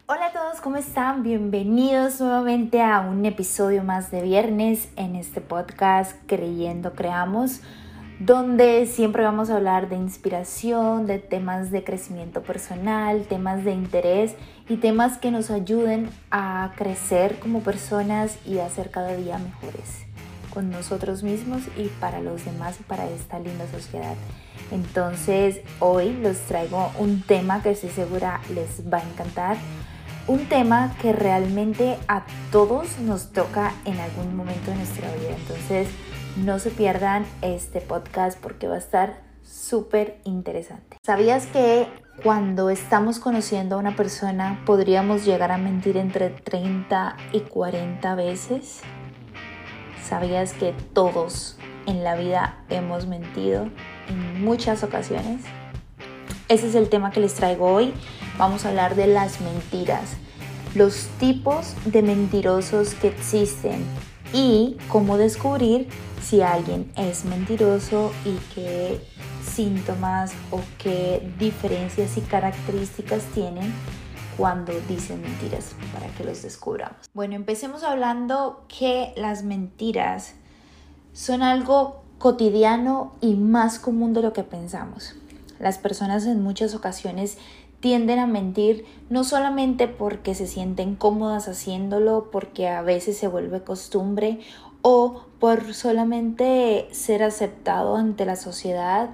Hola a todos, ¿cómo están? Bienvenidos nuevamente a un episodio más de viernes en este podcast Creyendo Creamos, donde siempre vamos a hablar de inspiración, de temas de crecimiento personal, temas de interés y temas que nos ayuden a crecer como personas y a ser cada día mejores con nosotros mismos y para los demás y para esta linda sociedad. Entonces hoy les traigo un tema que estoy segura les va a encantar. Un tema que realmente a todos nos toca en algún momento de nuestra vida. Entonces no se pierdan este podcast porque va a estar súper interesante. ¿Sabías que cuando estamos conociendo a una persona podríamos llegar a mentir entre 30 y 40 veces? ¿Sabías que todos en la vida hemos mentido en muchas ocasiones? Ese es el tema que les traigo hoy. Vamos a hablar de las mentiras, los tipos de mentirosos que existen y cómo descubrir si alguien es mentiroso y qué síntomas o qué diferencias y características tienen cuando dicen mentiras para que los descubramos. Bueno, empecemos hablando que las mentiras son algo cotidiano y más común de lo que pensamos. Las personas en muchas ocasiones tienden a mentir no solamente porque se sienten cómodas haciéndolo, porque a veces se vuelve costumbre o por solamente ser aceptado ante la sociedad,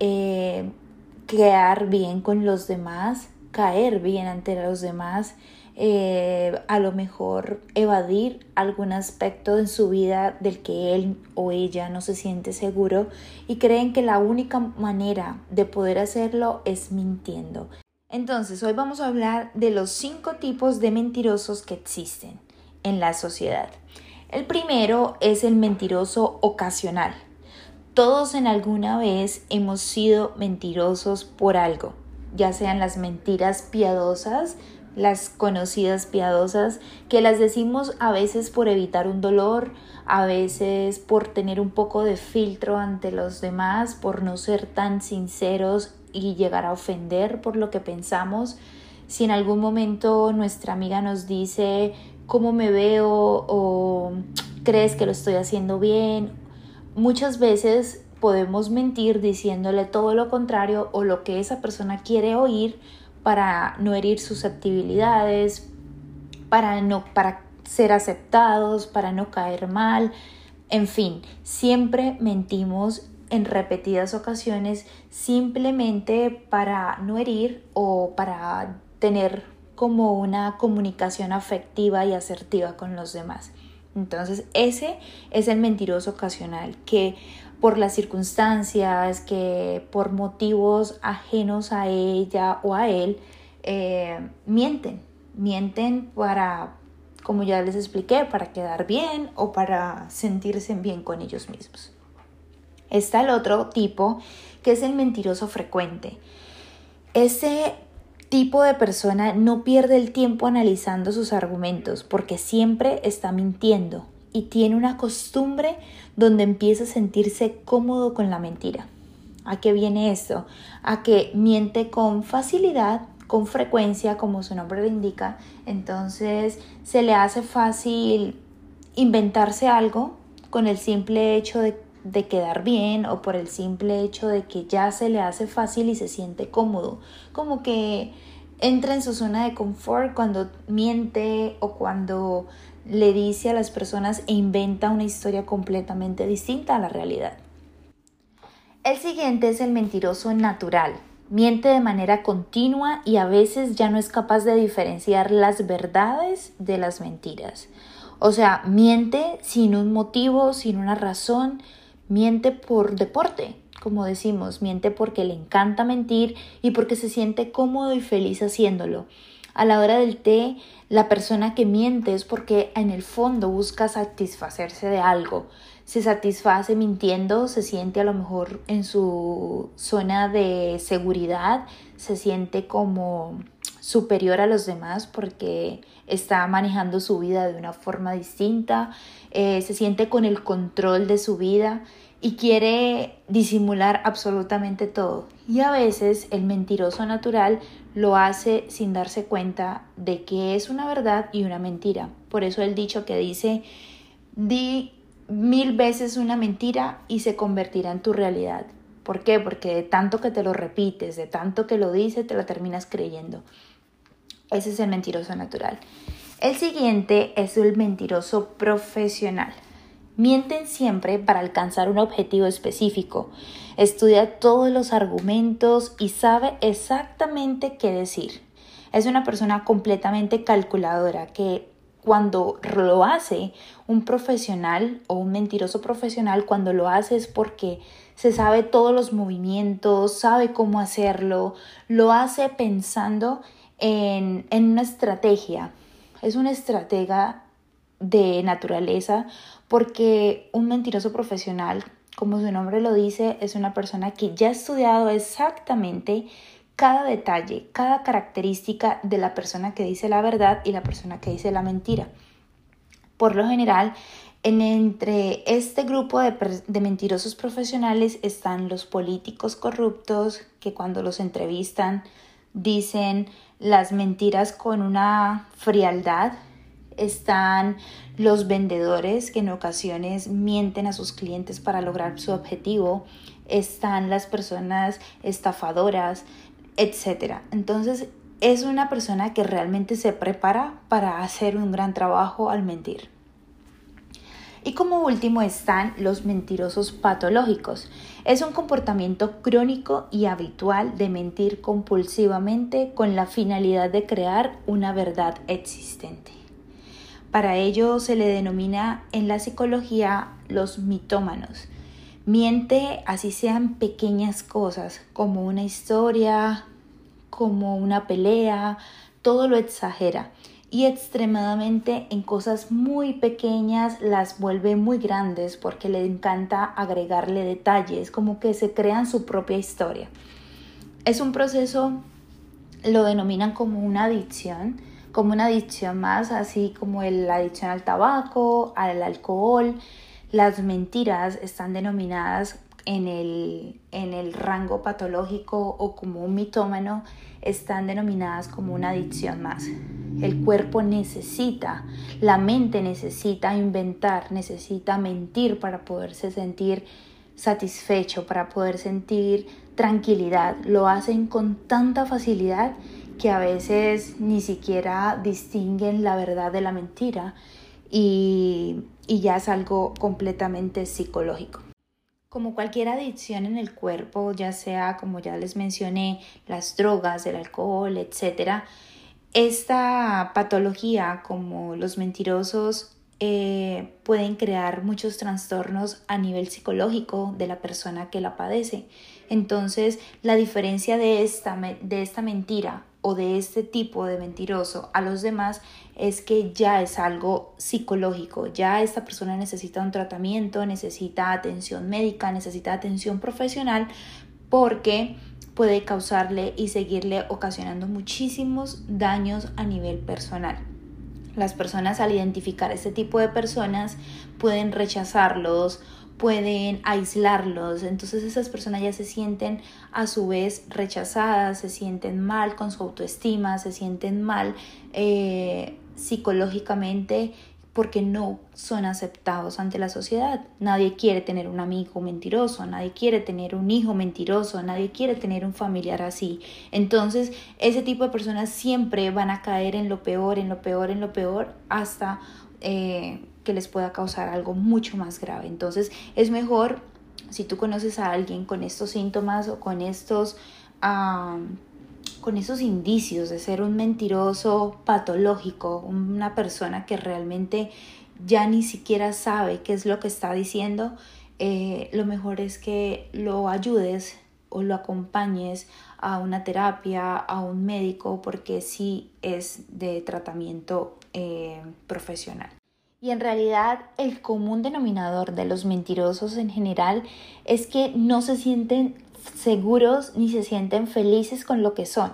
quedar bien con los demás, caer bien ante los demás, a lo mejor evadir algún aspecto de su vida del que él o ella no se siente seguro y creen que la única manera de poder hacerlo es mintiendo. Entonces, hoy vamos a hablar de los 5 tipos de mentirosos que existen en la sociedad. El primero es el mentiroso ocasional. Todos en alguna vez hemos sido mentirosos por algo, ya sean las mentiras piadosas, las conocidas piadosas, que las decimos a veces por evitar un dolor, a veces por tener un poco de filtro ante los demás, por no ser tan sinceros y llegar a ofender por lo que pensamos. Si en algún momento nuestra amiga nos dice cómo me veo o crees que lo estoy haciendo bien, muchas veces podemos mentir diciéndole todo lo contrario o lo que esa persona quiere oír para no herir susceptibilidades, para ser aceptados, para no caer mal. En fin, siempre mentimos en repetidas ocasiones simplemente para no herir o para tener como una comunicación afectiva y asertiva con los demás. Entonces ese es el mentiroso ocasional, que por las circunstancias, que por motivos ajenos a ella o a él, mienten para, como ya les expliqué, para quedar bien o para sentirse bien con ellos mismos. Está el otro tipo, que es el mentiroso frecuente. Ese tipo de persona no pierde el tiempo analizando sus argumentos porque siempre está mintiendo y tiene una costumbre donde empieza a sentirse cómodo con la mentira. ¿A qué viene esto? A que miente con facilidad, con frecuencia, como su nombre lo indica. Entonces se le hace fácil inventarse algo con el simple hecho de quedar bien o por el simple hecho de que ya se le hace fácil y se siente cómodo, como que entra en su zona de confort cuando miente o cuando le dice a las personas e inventa una historia completamente distinta a la realidad. El siguiente es el mentiroso natural. Miente de manera continua y a veces ya no es capaz de diferenciar las verdades de las mentiras. O sea, miente sin un motivo, sin una razón. Miente por deporte, como decimos, miente porque le encanta mentir y porque se siente cómodo y feliz haciéndolo. A la hora del té, la persona que miente es porque en el fondo busca satisfacerse de algo. Se satisface mintiendo, se siente a lo mejor en su zona de seguridad, se siente como superior a los demás porque está manejando su vida de una forma distinta, se siente con el control de su vida y quiere disimular absolutamente todo. Y a veces el mentiroso natural lo hace sin darse cuenta de que es una verdad y una mentira. Por eso el dicho que dice: di 1000 veces una mentira y se convertirá en tu realidad. ¿Por qué? Porque de tanto que te lo repites, de tanto que lo dices, te la terminas creyendo. Ese es el mentiroso natural. El siguiente es el mentiroso profesional. Mienten siempre para alcanzar un objetivo específico. Estudia todos los argumentos y sabe exactamente qué decir. Es una persona completamente calculadora que cuando lo hace un profesional o un mentiroso profesional, cuando lo hace es porque se sabe todos los movimientos, sabe cómo hacerlo, lo hace pensando en una estrategia. Es una estratega de naturaleza porque un mentiroso profesional, como su nombre lo dice, es una persona que ya ha estudiado exactamente cada detalle, cada característica de la persona que dice la verdad y la persona que dice la mentira. Por lo general, entre este grupo de mentirosos profesionales están los políticos corruptos que cuando los entrevistan dicen las mentiras con una frialdad. Están los vendedores que en ocasiones mienten a sus clientes para lograr su objetivo. Están las personas estafadoras, etcétera. Entonces es una persona que realmente se prepara para hacer un gran trabajo al mentir. Y como último están los mentirosos patológicos. Es un comportamiento crónico y habitual de mentir compulsivamente con la finalidad de crear una verdad existente. Para ello se le denomina en la psicología los mitómanos. Miente así sean pequeñas cosas, como una historia, como una pelea, todo lo exagera. Y extremadamente en cosas muy pequeñas las vuelve muy grandes porque le encanta agregarle detalles, como que se crean su propia historia. Es un proceso, lo denominan como una adicción más, así como la adicción al tabaco, al alcohol. Las mentiras están denominadas en el rango patológico o como un mitómano, están denominadas como una adicción más. El cuerpo necesita, la mente necesita inventar, necesita mentir para poderse sentir satisfecho, para poder sentir tranquilidad. Lo hacen con tanta facilidad que a veces ni siquiera distinguen la verdad de la mentira y ya es algo completamente psicológico. Como cualquier adicción en el cuerpo, ya sea, como ya les mencioné, las drogas, el alcohol, etc., esta patología, como los mentirosos, pueden crear muchos trastornos a nivel psicológico de la persona que la padece. Entonces, la diferencia de esta mentira o de este tipo de mentiroso a los demás es que ya es algo psicológico, ya esta persona necesita un tratamiento, necesita atención médica, necesita atención profesional porque puede causarle y seguirle ocasionando muchísimos daños a nivel personal. Las personas al identificar este tipo de personas pueden rechazarlos, pueden aislarlos, entonces esas personas ya se sienten a su vez rechazadas, se sienten mal con su autoestima, se sienten mal psicológicamente porque no son aceptados ante la sociedad. Nadie quiere tener un amigo mentiroso, nadie quiere tener un hijo mentiroso, nadie quiere tener un familiar así. Entonces, ese tipo de personas siempre van a caer en lo peor, hasta que les pueda causar algo mucho más grave. Entonces, es mejor, si tú conoces a alguien con estos síntomas o con esos indicios de ser un mentiroso patológico, una persona que realmente ya ni siquiera sabe qué es lo que está diciendo, lo mejor es que lo ayudes o lo acompañes a una terapia, a un médico, porque sí es de tratamiento profesional. Y en realidad el común denominador de los mentirosos en general es que no se sienten seguros ni se sienten felices con lo que son.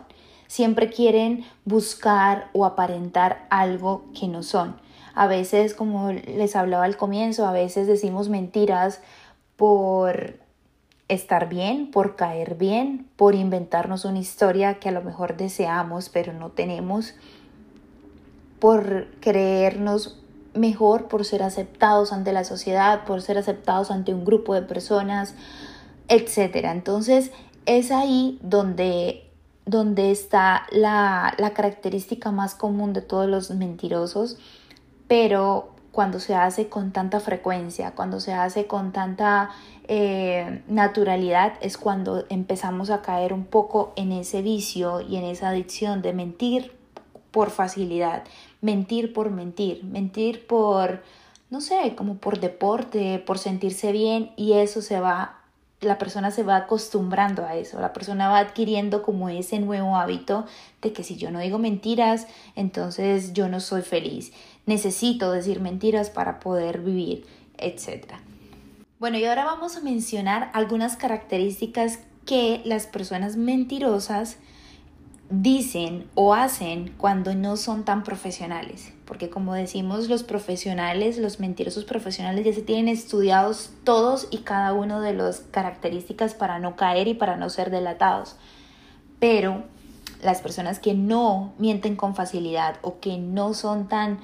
Siempre quieren buscar o aparentar algo que no son. A veces, como les hablaba al comienzo, a veces decimos mentiras por estar bien, por caer bien, por inventarnos una historia que a lo mejor deseamos pero no tenemos, por creernos mejor, por ser aceptados ante la sociedad, por ser aceptados ante un grupo de personas, etcétera. Entonces es ahí donde está la característica más común de todos los mentirosos, pero cuando se hace con tanta frecuencia, cuando se hace con tanta naturalidad, es cuando empezamos a caer un poco en ese vicio y en esa adicción de mentir por facilidad, mentir por, no sé, como por deporte, por sentirse bien, y eso la persona se va acostumbrando a eso, la persona va adquiriendo como ese nuevo hábito de que si yo no digo mentiras, entonces yo no soy feliz, necesito decir mentiras para poder vivir, etc. Bueno, y ahora vamos a mencionar algunas características que las personas mentirosas dicen o hacen cuando no son tan profesionales, porque como decimos, los profesionales, los mentirosos profesionales ya se tienen estudiados todos y cada uno de las características para no caer y para no ser delatados, pero las personas que no mienten con facilidad o que no son tan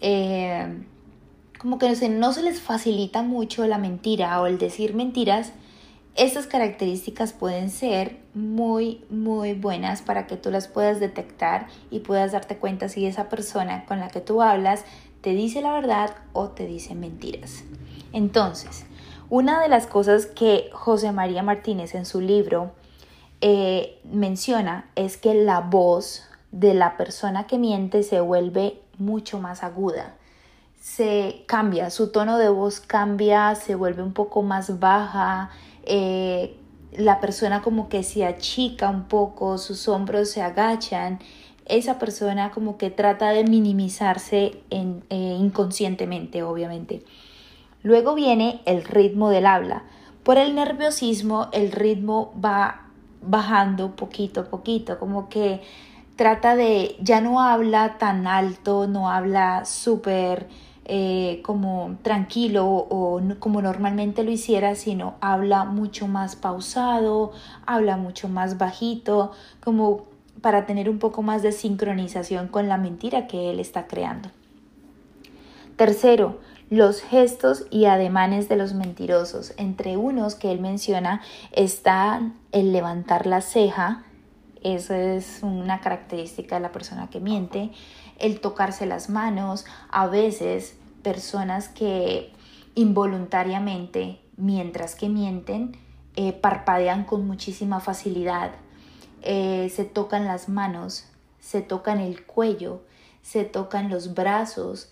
como que no se les facilita mucho la mentira o el decir mentiras, estas características pueden ser muy, muy buenas para que tú las puedas detectar y puedas darte cuenta si esa persona con la que tú hablas te dice la verdad o te dice mentiras. Entonces, una de las cosas que José María Martínez en su libro menciona es que la voz de la persona que miente se vuelve mucho más aguda. Se cambia, su tono de voz cambia, se vuelve un poco más baja, la persona como que se achica un poco, sus hombros se agachan, esa persona como que trata de minimizarse inconscientemente, obviamente. Luego viene el ritmo del habla. Por el nerviosismo, el ritmo va bajando poquito a poquito, como que trata ya no habla tan alto, no habla súper como tranquilo o como normalmente lo hiciera, sino habla mucho más pausado, habla mucho más bajito, como para tener un poco más de sincronización con la mentira que él está creando. Tercero, los gestos y ademanes de los mentirosos. Entre unos que él menciona está el levantar la ceja. Eso es una característica de la persona que miente. El tocarse las manos. A veces personas que involuntariamente, mientras que mienten, parpadean con muchísima facilidad. Se tocan las manos, se tocan el cuello, se tocan los brazos,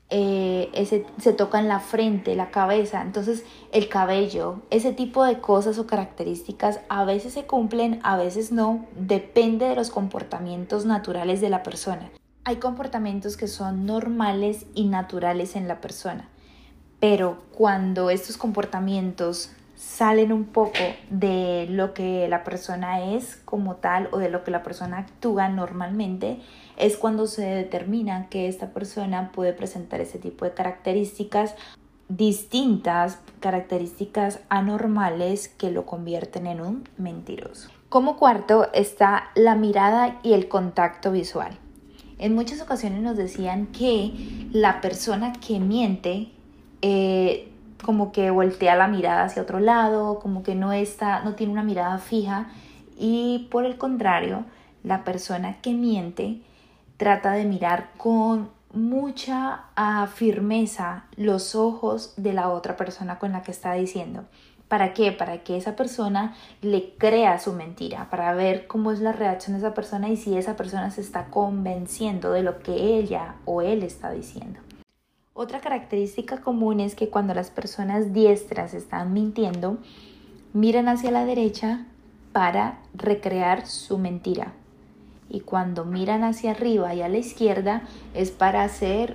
se tocan la frente, la cabeza, entonces el cabello, ese tipo de cosas o características a veces se cumplen, a veces no, depende de los comportamientos naturales de la persona. Hay comportamientos que son normales y naturales en la persona, pero cuando estos comportamientos salen un poco de lo que la persona es como tal o de lo que la persona actúa normalmente, es cuando se determina que esta persona puede presentar ese tipo de características distintas, características anormales que lo convierten en un mentiroso. Como cuarto está la mirada y el contacto visual. En muchas ocasiones nos decían que la persona que miente como que voltea la mirada hacia otro lado, como que no tiene una mirada fija, y por el contrario, la persona que miente trata de mirar con mucha firmeza los ojos de la otra persona con la que está diciendo. ¿Para qué? Para que esa persona le crea su mentira, para ver cómo es la reacción de esa persona y si esa persona se está convenciendo de lo que ella o él está diciendo. Otra característica común es que cuando las personas diestras están mintiendo, miran hacia la derecha para recrear su mentira. Y cuando miran hacia arriba y a la izquierda es para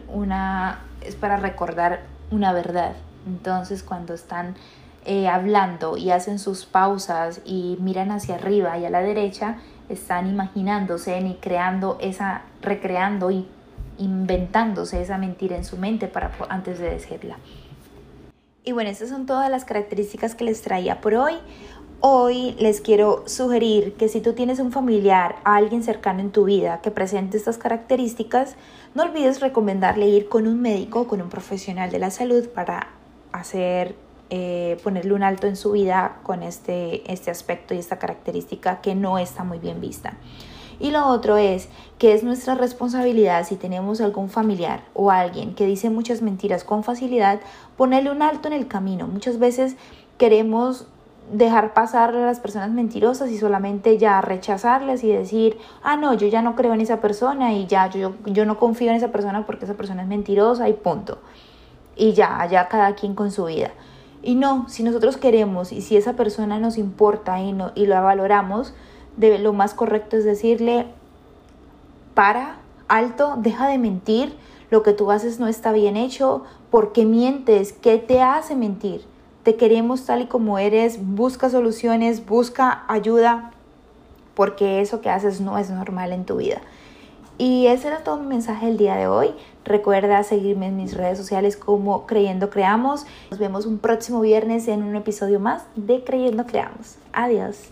recordar una verdad. Entonces, cuando están hablando y hacen sus pausas y miran hacia arriba y a la derecha, están imaginándose ni recreando y inventándose esa mentira en su mente antes de decirla. Y bueno, estas son todas las características que les traía por hoy. Hoy les quiero sugerir que si tú tienes un familiar, a alguien cercano en tu vida que presente estas características, no olvides recomendarle ir con un médico, con un profesional de la salud para ponerle un alto en su vida con este aspecto y esta característica que no está muy bien vista. Y lo otro es que es nuestra responsabilidad, si tenemos algún familiar o alguien que dice muchas mentiras con facilidad, ponerle un alto en el camino. Muchas veces queremos dejar pasar a las personas mentirosas y solamente ya rechazarlas y decir, no, yo ya no creo en esa persona y ya yo no confío en esa persona porque esa persona es mentirosa y punto. Y ya cada quien con su vida. Y no, si nosotros queremos y si esa persona nos importa y la valoramos, lo más correcto es decirle, alto, deja de mentir, lo que tú haces no está bien hecho, ¿por qué mientes? ¿Qué te hace mentir? Te queremos tal y como eres, busca soluciones, busca ayuda, porque eso que haces no es normal en tu vida. Y ese era todo mi mensaje el día de hoy. Recuerda seguirme en mis redes sociales como Creyendo Creamos. Nos vemos un próximo viernes en un episodio más de Creyendo Creamos. Adiós.